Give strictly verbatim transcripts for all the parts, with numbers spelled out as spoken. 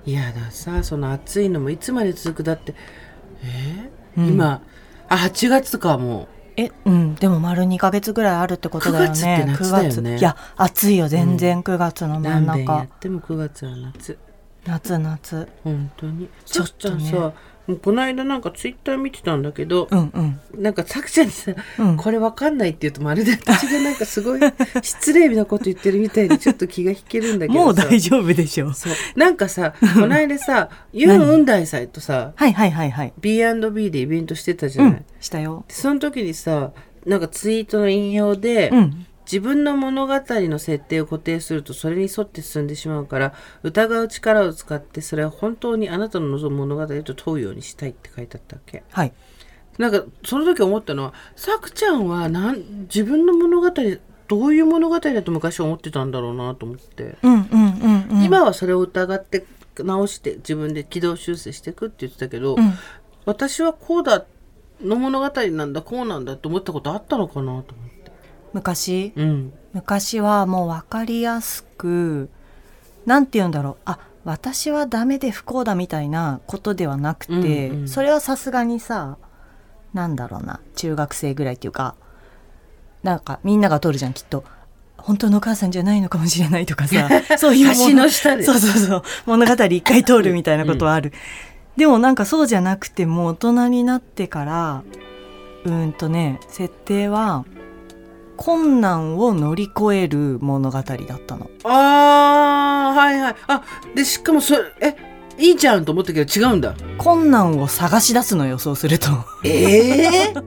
いやださ、その暑いのもいつまで続くだって、えーうん、今あはちがつとかはもうえ、うん、でも丸にかげつぐらいあるってことだよね。 くがつって夏だよね。 いや暑いよ全然、うん、くがつの真ん中。 何遍やってもくがつは夏夏夏本当に。さくちゃんさ、この間なんかツイッター見てたんだけど、 うんうん、 なんかさくちゃんにさ、うん、これわかんないって言うとまるで私がなんかすごい失礼なこと言ってるみたいでちょっと気が引けるんだけどさもう大丈夫でしょ。 そうなんかさこの間さユン・ウンダイさんとさはいはいはいはいビーアンドビー でイベントしてたじゃない、うん、 したよ。 その時にさなんかツイートの引用で、うん、自分の物語の設定を固定するとそれに沿って進んでしまうから疑う力を使ってそれは本当にあなたの望む物語と問うようにしたいって書いてあったっけ。 はい。 なんかその時思ったのはさくちゃんはなん自分の物語どういう物語だと昔思ってたんだろうなと思って、 うんうんうんうん、 今はそれを疑って直して自分で軌道修正していくって言ってたけど、うん、私はこうだの物語なんだこうなんだと思ったことあったのかなと思って。 昔、 うん、 昔はもう分かりやすくなんて言うんだろう、あ私はダメで不幸だみたいなことではなくて、うんうん、それはさすがにさなんだろうな中学生ぐらいっていうかなんかみんなが通るじゃんきっと本当のお母さんじゃないのかもしれないとかさそういう橋の下でそうそうそう物語一回通るみたいなことはある、うん、でもなんかそうじゃなくてもう大人になってからうーんとね設定は困難を乗り越える物語だったの。 あーはいはい。あでしかもそれえいいじゃんと思ったけど違うんだ。 困難を探し出すのよそうするとえー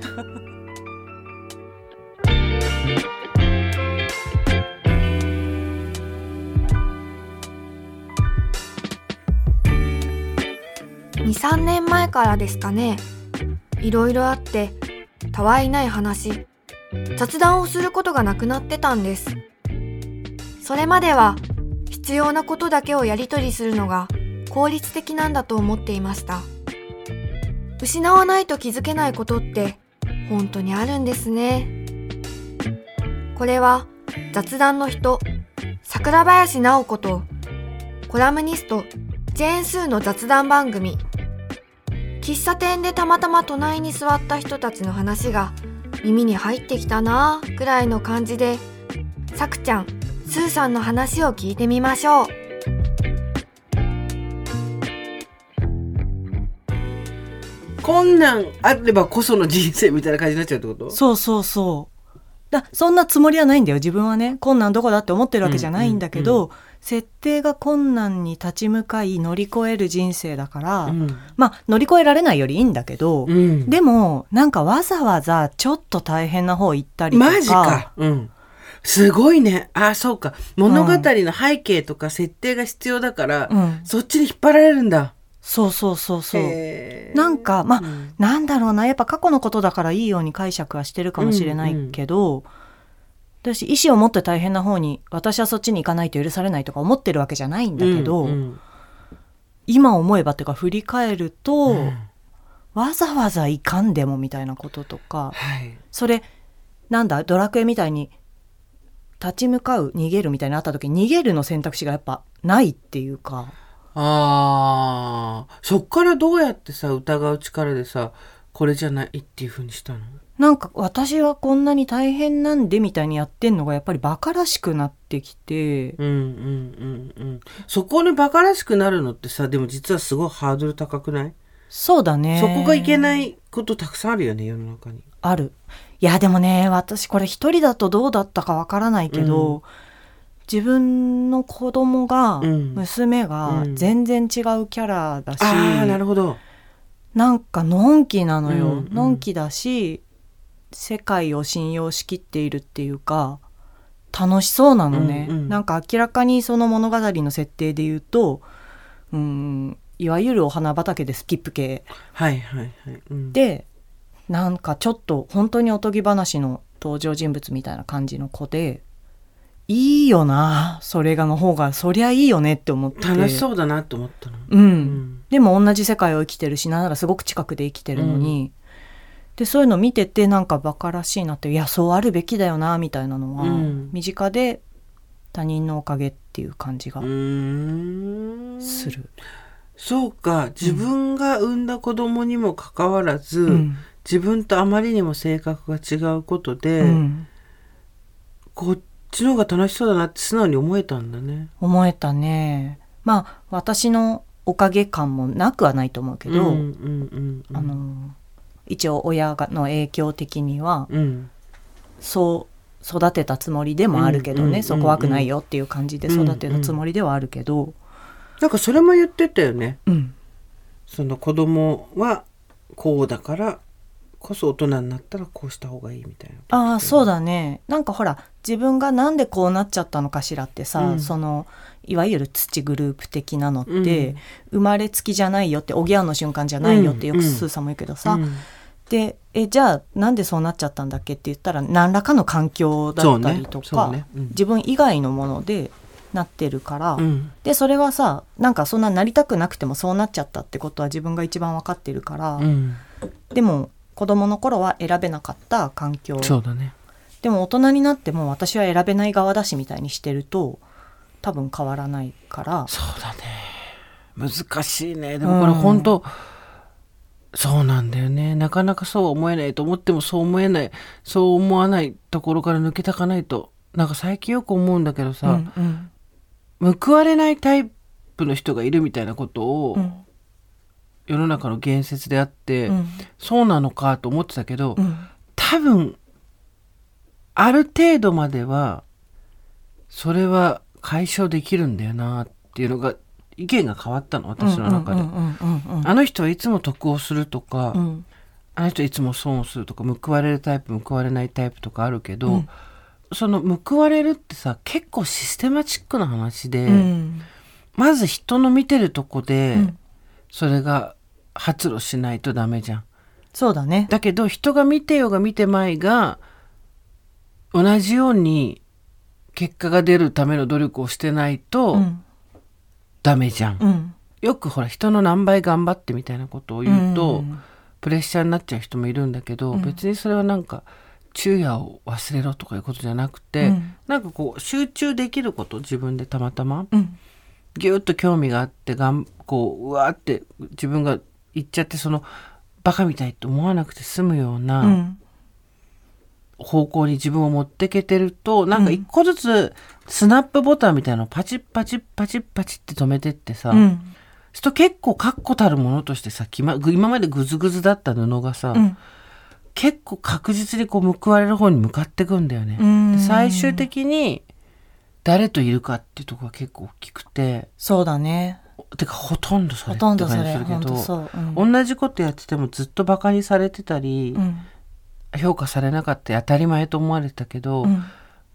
にさんねんまえからですかね。いろいろあってたわいない話雑談をすることがなくなってたんです。それまでは必要なことだけをやり取りするのが効率的なんだと思っていました。失わないと気づけないことって本当にあるんですね。これは雑談の人桜林直子とコラムニストジェーン・スーの雑談番組。喫茶店でたまたま隣に座った人たちの話が耳に入ってきたなぁくらいの感じでさくちゃん、スーさんの話を聞いてみましょう。 困難あればこその人生みたいな感じになっちゃうってこと？ そうそうそうだそんなつもりはないんだよ自分はね。困難どこだって思ってるわけじゃないんだけど、うんうんうん、設定が困難に立ち向かい乗り越える人生だから、うん、まあ乗り越えられないよりいいんだけど、うん、でもなんかわざわざちょっと大変な方行ったりとか。 マジか、うん、すごいね。あそうか物語の背景とか設定が必要だから、うん、そっちに引っ張られるんだ。 そうそうそうそうなんかまあ、うん、なんだろうなやっぱ過去のことだからいいように解釈はしてるかもしれないけど、うんうん、私意思を持って大変な方に私はそっちに行かないと許されないとか思ってるわけじゃないんだけど、うんうん、今思えばっていうか振り返ると、うん、わざわざいかんでもみたいなこととか、はい、それなんだドラクエみたいに立ち向かう逃げるみたいになった時に逃げるの選択肢がやっぱないっていうか。 あーそっからどうやってさ疑う力でさこれじゃないっていう風にしたの？ なんか私はこんなに大変なんでみたいにやってんのがやっぱりバカらしくなってきて、 うんうんうんうん、そこにバカらしくなるのってさでも実はすごいハードル高くない？ そうだね。 そこがいけないことたくさんあるよね世の中に。 ある。いやでもね私これ一人だとどうだったかわからないけど、うん、自分の子供が、うん、娘が全然違うキャラだし、うん、 あーなるほど。 なんかのんきなのよ、うんうん、のんきだし世界を信用しきっているっていうか楽しそうなのね、うんうん、なんか明らかにその物語の設定で言うとうーんいわゆるお花畑でスキップ系、 はいはいはい、うん、 でなんかちょっと本当におとぎ話の登場人物みたいな感じの子でいいよなそれがの方がそりゃいいよねって思って楽しそうだなと思ったの、 うんうん、でも同じ世界を生きてるしなんならすごく近くで生きてるのに、うんでそういうの見ててなんかバカらしいなっていやそうあるべきだよなみたいなのは、うん、身近で他人のおかげっていう感じがする。 そうか、自分が産んだ子供にもかかわらず、うん、自分とあまりにも性格が違うことで、うん、こっちの方が楽しそうだなって素直に思えたんだね。 思えたね。まあ私のおかげ感もなくはないと思うけど、うんうんうんうん、あの一応親の影響的には、うん、そう育てたつもりでもあるけどね、うんうんうんうん、そう怖くないよっていう感じで育てたつもりではあるけど、うんうん、 なんかそれも言ってたよね、うん、その子供はこうだからこそ大人になったらこうした方がいいみたいな。 ああそうだね。なんかほら自分がなんでこうなっちゃったのかしらってさ、うん、そのいわゆる土グループ的なのって、うん、生まれつきじゃないよっておぎゃんの瞬間じゃないよってよくスーさんも言うけどさ、うんうん、でえじゃあなんでそうなっちゃったんだっけって言ったら何らかの環境だったりとか、そうねそうね、うん、自分以外のものでなってるから、うん、でそれはさなんかそんななりたくなくてもそうなっちゃったってことは自分が一番分かってるから、うん、でも子供の頃は選べなかった環境。 そうだね。 でも大人になっても私は選べない側だしみたいにしてると多分変わらないから。 そうだね。難しいね。でもこれ本当、うん、そうなんだよね。なかなかそう思えないと思ってもそう思えない、そう思わないところから抜けたかないと。なんか最近よく思うんだけどさ、うんうん、報われないタイプの人がいるみたいなことを、うん、世の中の言説であって、うん、そうなのかと思ってたけど、うん、多分ある程度まではそれは解消できるんだよなっていうのが意見が変わったの、私の中で。あの人はいつも得をするとか、うん、あの人はいつも損をするとか、報われるタイプ報われないタイプとかあるけど、うん、その報われるってさ結構システマチックな話で、うん、まず人の見てるとこで、うん、それが発露しないとダメじゃん。 そうだね。 だけど人が見てようが見てまいが同じように結果が出るための努力をしてないと、うん、ダメじゃん、うん、よくほら人の何倍頑張ってみたいなことを言うと、うん、プレッシャーになっちゃう人もいるんだけど、うん、別にそれはなんか昼夜を忘れろとかいうことじゃなくて、うん、なんかこう集中できること、自分でたまたま、うん、ギュッと興味があってがんこううわーって自分が言っちゃってそのバカみたいと思わなくて済むような、うん方向に自分を持ってけてると、なんか一個ずつスナップボタンみたいなのをパチッパチッパチッパチッって止めてってさ、うん、すると結構確固たるものとしてさ、今までグズグズだった布がさ、うん、結構確実にこう報われる方に向かってくんだよね。で最終的に誰といるかっていうところが結構大きくて。 そうだね。 てかほとんどそれって感じするけど、うん、同じことやっててもずっとバカにされてたり、うん評価されなかった当たり前と思われてたけど、うん、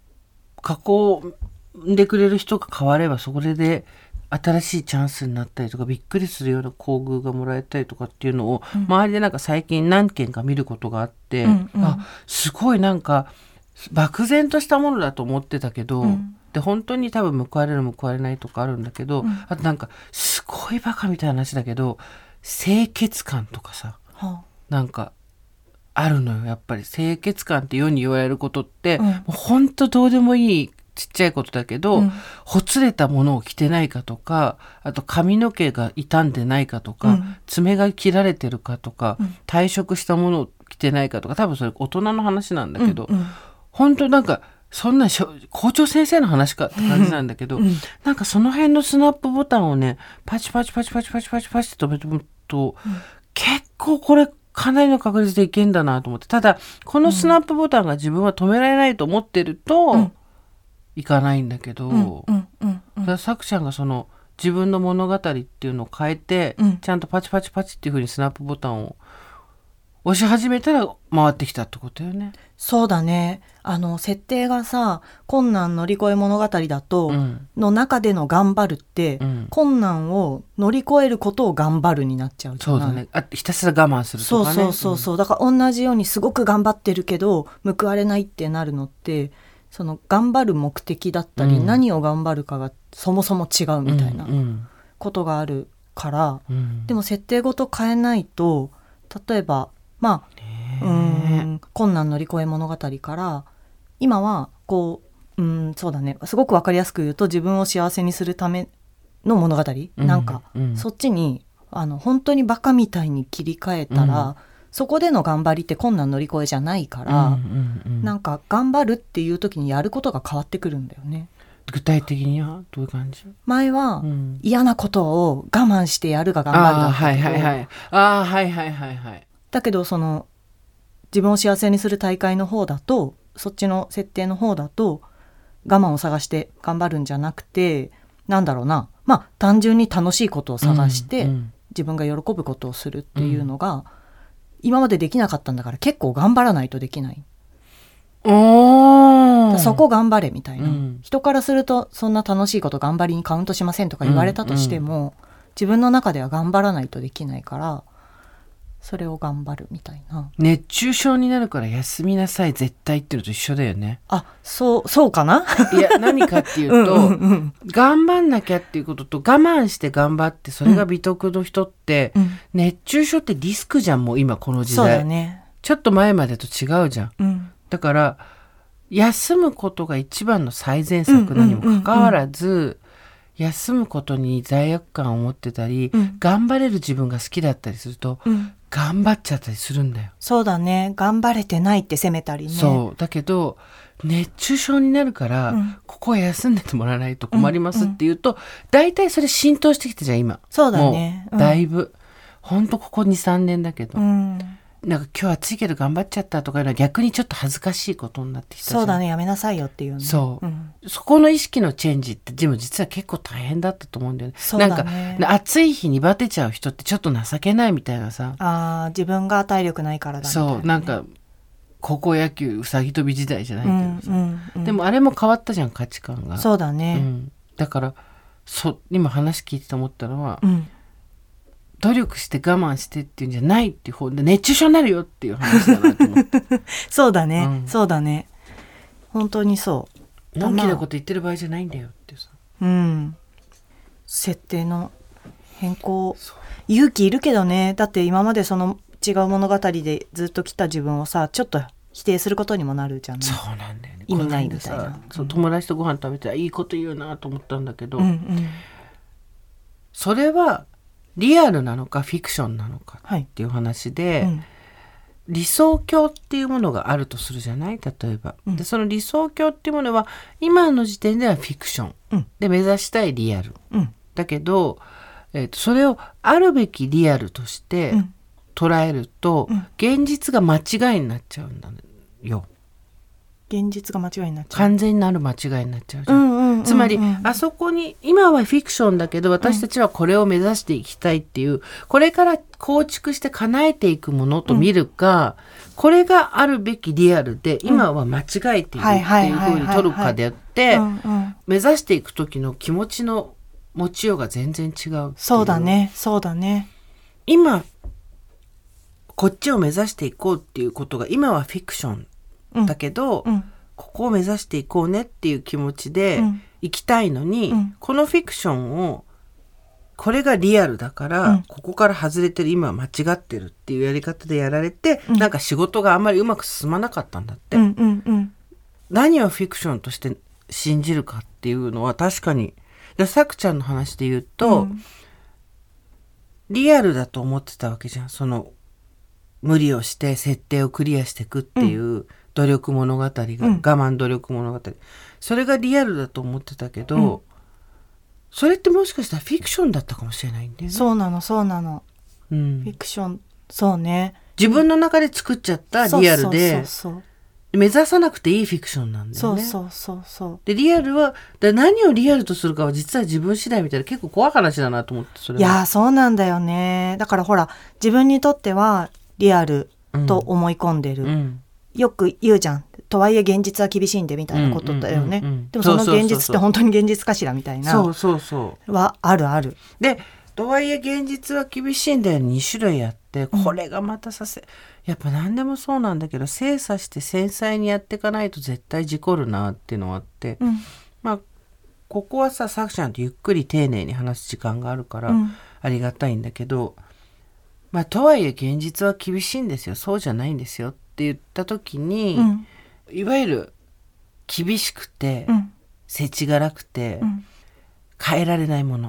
囲んでくれる人が変わればそれで新しいチャンスになったりとかびっくりするような厚遇がもらえたりとかっていうのを、うん、周りでなんか最近何件か見ることがあって、うんうん、あすごいなんか漠然としたものだと思ってたけど、うん、で本当に多分報われる報われないとかあるんだけど、うん、あとなんかすごいバカみたいな話だけど清潔感とかさ、はあ、なんかあるのよ。やっぱり清潔感って世に言われることって、うん、もう本当どうでもいいちっちゃいことだけど、うん、ほつれたものを着てないかとか、あと髪の毛が傷んでないかとか、うん、爪が切られてるかとか、うん、退職したものを着てないかとか、多分それ大人の話なんだけど、うんうん、本当なんかそんな校長先生の話かって感じなんだけど、うん、なんかその辺のスナップボタンをねパチパチパチパチパチパチパチって止めてると、うん、結構これかなりの確率でいけんだなと思って。ただこのスナップボタンが自分は止められないと思ってると、うん、いかないんだけど、うんうんうんうん、だからさくちゃんがその自分の物語っていうのを変えて、うん、ちゃんとパチパチパチっていう風にスナップボタンを押し始めたら回ってきたってことよね。 そうだね。あの設定がさ困難乗り越え物語だと、うん、の中での頑張るって、うん、困難を乗り越えることを頑張るになっちゃうじゃない。 そうだね。あひたすら我慢するとかね。 そうそうそうそう、うん、だから同じようにすごく頑張ってるけど報われないってなるのってその頑張る目的だったり、うん、何を頑張るかがそもそも違うみたいなことがあるから、うんうん、でも設定ごと変えないと例えばまあうーん困難乗り越え物語から今はこううんそうだねすごく分かりやすく言うと自分を幸せにするための物語、うん、なんか、うん、そっちにあの本当にバカみたいに切り替えたら、うん、そこでの頑張りって困難乗り越えじゃないから、うんうんうん、なんか頑張るっていう時にやることが変わってくるんだよね。 具体的にはどういう感じ？ 前は、うん、嫌なことを我慢してやるが頑張るだったけど、 あ、はいはいはい、あ、はいはいはいはい。 だけどその自分を幸せにする大会の方だと、そっちの設定の方だと我慢を探して頑張るんじゃなくて、なんだろうな、まあ単純に楽しいことを探して、うんうん、自分が喜ぶことをするっていうのが、うん、今までできなかったんだから結構頑張らないとできない。 おそこ頑張れみたいな、うん、人からするとそんな楽しいこと頑張りにカウントしませんとか言われたとしても、うんうん、自分の中では頑張らないとできないから、それを頑張るみたいな。 熱中症になるから休みなさい絶対っていうのと一緒だよね。 あ、そうそうかな。 いや何かっていうとうんうん、うん、頑張んなきゃっていうことと我慢して頑張ってそれが美徳の人って、うん、熱中症ってリスクじゃん。もう今この時代そうだね。 ちょっと前までと違うじゃん、うん、だから休むことが一番の最善策なにもかかわらず、うんうんうんうん、休むことに罪悪感を持ってたり、うん、頑張れる自分が好きだったりすると、うん、頑張っちゃったりするんだよ。 そうだね。頑張れてないって責めたりね。 そうだけど熱中症になるから、うん、ここは休んでてもらわないと困りますって言うと、うんうん、だいたいそれ浸透してきてじゃん今。 そうだね。 もうだいぶ、うん、ほんとここ にさんねんだけど、うん、なんか今日暑いけど頑張っちゃったとかいうのは逆にちょっと恥ずかしいことになってきたじゃん。 そうだね。やめなさいよっていうね。 そう、うん、そこの意識のチェンジってでも実は結構大変だったと思うんだよね。 そうだね。 なんか暑い日にバテちゃう人ってちょっと情けないみたいなさ。 あ、自分が体力ないからだみたいな、ね、 そうなんか高校野球うさぎ跳び時代じゃないけどさ、うんうんうん、でもあれも変わったじゃん価値観が。 そうだね、 うん、だからそ今話聞いてて思ったのは、うん、努力して我慢してっていうんじゃないっていう方で熱中症になるよっていう話だなと思ってそうだね、うん、そうだね本当にそう。 のんきなこと言ってる場合じゃないんだよってさ、 うん、設定の変更勇気いるけどね。だって今までその違う物語でずっと来た自分をさちょっと否定することにもなるじゃん、ね、 そうなんだよね。 意味ないみたいな。 そう友達とご飯食べていいこと言うなと思ったんだけど、うんうん、それはリアルなのかフィクションなのかっていう話で、はいうん、理想郷っていうものがあるとするじゃない例えば、うん、でその理想郷っていうものは今の時点ではフィクション、うん、で目指したいリアル、うん、だけど、えーと、それをあるべきリアルとして捉えると、うん、現実が間違いになっちゃうんだよ。 現実が間違いになっちゃう。 完全なる間違いになっちゃうじゃん、うんうんうんうん、つまりあそこに今はフィクションだけど私たちはこれを目指していきたいっていう、うん、これから構築して叶えていくものと見るか、うん、これがあるべきリアルで今は間違えているっていうふうに取るかであって目指していく時の気持ちの持ちようが全然違う。 そうだねそうだね。 今こっちを目指していこうっていうことが今はフィクションだけど、うんうん、ここを目指していこうねっていう気持ちで行きたいのに、うん、このフィクションをこれがリアルだから、うん、ここから外れてる今は間違ってるっていうやり方でやられて、うん、なんか仕事があんまりうまく進まなかったんだって、うんうんうん、何をフィクションとして信じるかっていうのは確かにさくちゃんの話で言うと、うん、リアルだと思ってたわけじゃん。その無理をして設定をクリアしていくっていう、うん努力物語が、うん、我慢努力物語それがリアルだと思ってたけど、うん、それってもしかしたらフィクションだったかもしれないんだよね。 そうなのそうなの、うん、フィクションそうね自分の中で作っちゃったリアルで、そうそうそうそう目指さなくていいフィクションなんだよね。 そうそうそうそうでリアルはだ何をリアルとするかは実は自分次第みたいな結構怖い話だなと思って。それはいやそうなんだよね。だからほら自分にとってはリアルと思い込んでる、うんうんよく言うじゃん。とはいえ現実は厳しいんでみたいなことだよね、うんうんうんうん、でもその現実って本当に現実かしらみたいなそうそうそうはあるある。 でとはいえ現実は厳しいんだよに種類あってこれがまたさせ、うん、やっぱ何でもそうなんだけど精査して繊細にやっていかないと絶対事故るなっていうのはあって、うん、まあここはささくちゃんとゆっくり丁寧に話す時間があるからありがたいんだけど、うん、まあとはいえ現実は厳しいんですよそうじゃないんですよって言った時に、うん、いわゆる厳しくて、うん、世知辛くて、うん、変えられないもの、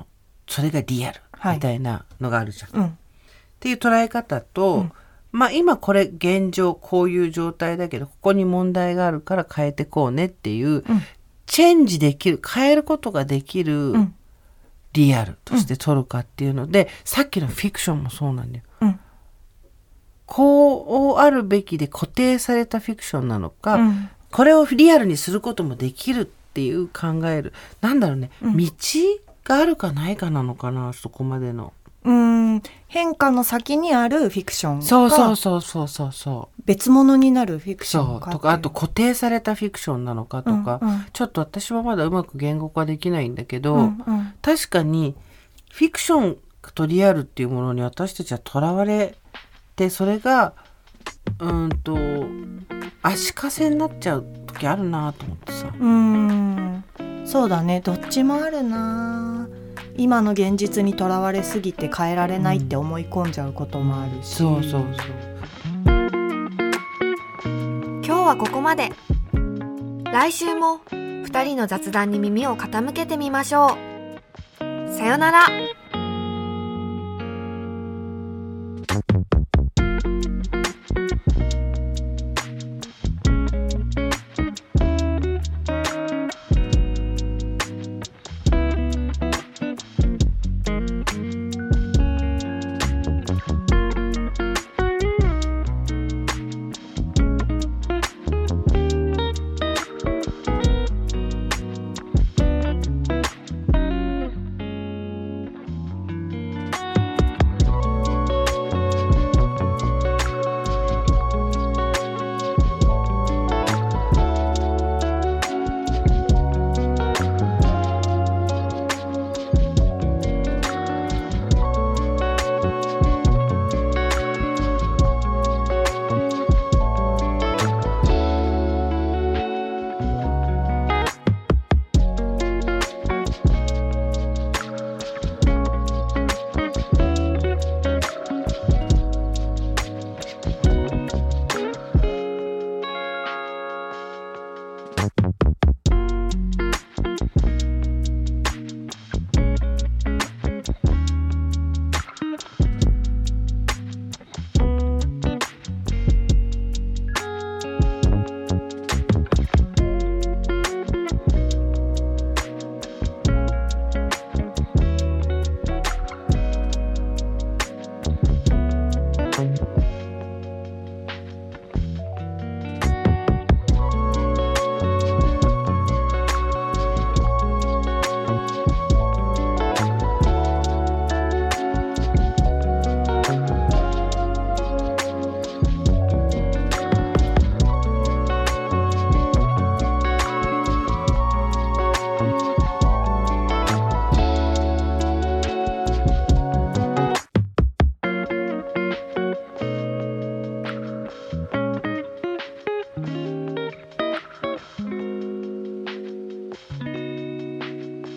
それがリアルみたいなのがあるじゃん、 はい、うん、 っていう捉え方と、うん、まあ今これ現状こういう状態だけどここに問題があるから変えてこうねっていう、うん、チェンジできる変えることができるリアルとして取るかっていうので、うん、さっきのフィクションもそうなんだよ、うん、こうあるべきで固定されたフィクションなのか、うん、これをリアルにすることもできるっていう考えるなんだろうね、うん、道があるかないかなのかなそこまでのうーん変化の先にあるフィクションかそうそうそうそうそうそう別物になるフィクションかそうとかあと固定されたフィクションなのかとか、うんうん、ちょっと私はまだうまく言語化できないんだけど、うんうん、確かにフィクションとリアルっていうものに私たちはとらわれてそれがうんと足かせになっちゃう時あるなと思ってさうーんそうだねどっちもあるな今の現実にとらわれすぎて変えられないって思い込んじゃうこともあるし、うん、そうそうそう今日はここまで来週もふたりの雑談に耳を傾けてみましょうさよなら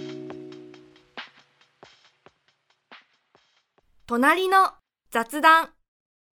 隣の雑談